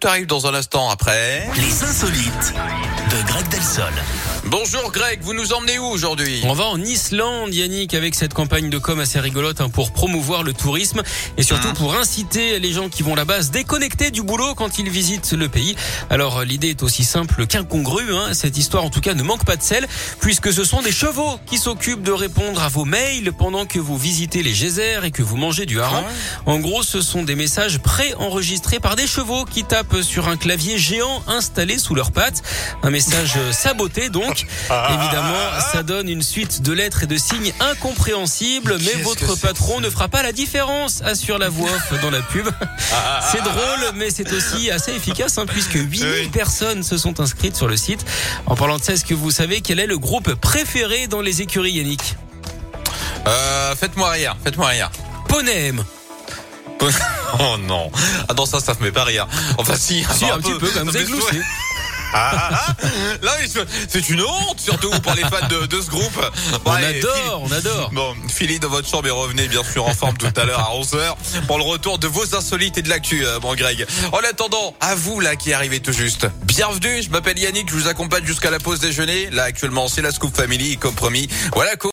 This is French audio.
arrive dans un instant après. Les insolites de Greg Delsol. Bonjour Greg, vous nous emmenez où aujourd'hui? On va en Islande, Yannick, avec cette campagne de com assez rigolote pour promouvoir le tourisme et surtout pour inciter les gens qui vont là-bas à se déconnecter du boulot quand ils visitent le pays. Alors l'idée est aussi simple qu'incongrue. Cette histoire en tout cas ne manque pas de sel puisque ce sont des chevaux qui s'occupent de répondre à vos mails pendant que vous visitez les geysers et que vous mangez du hareng. En gros, ce sont des messages pré-enregistrés par des chevaux qui tapent sur un clavier géant installé sous leurs pattes. Un message saboté donc. Évidemment, ça donne une suite de lettres et de signes incompréhensibles, mais votre patron ne fera pas la différence, assure la voix off dans la pub. C'est drôle, mais c'est aussi assez efficace, puisque 8000 personnes se sont inscrites sur le site. En parlant de ça, est-ce que vous savez quel est le groupe préféré dans les écuries, Yannick? Faites-moi rire. Poney. Oh non. Ah non, ça me fait pas rire. Enfin si, un petit peu, comme vous avez gloussé. Là, c'est une honte, surtout pour les fans de ce groupe. On adore. Bon, filez dans votre chambre et revenez bien sûr en forme tout à l'heure à 11h pour le retour de vos insolites et de l'actu, mon Greg. En attendant, à vous là qui arrivez tout juste. Bienvenue, je m'appelle Yannick, je vous accompagne jusqu'à la pause déjeuner. Là actuellement, c'est la Scoop Family, comme promis. Voilà.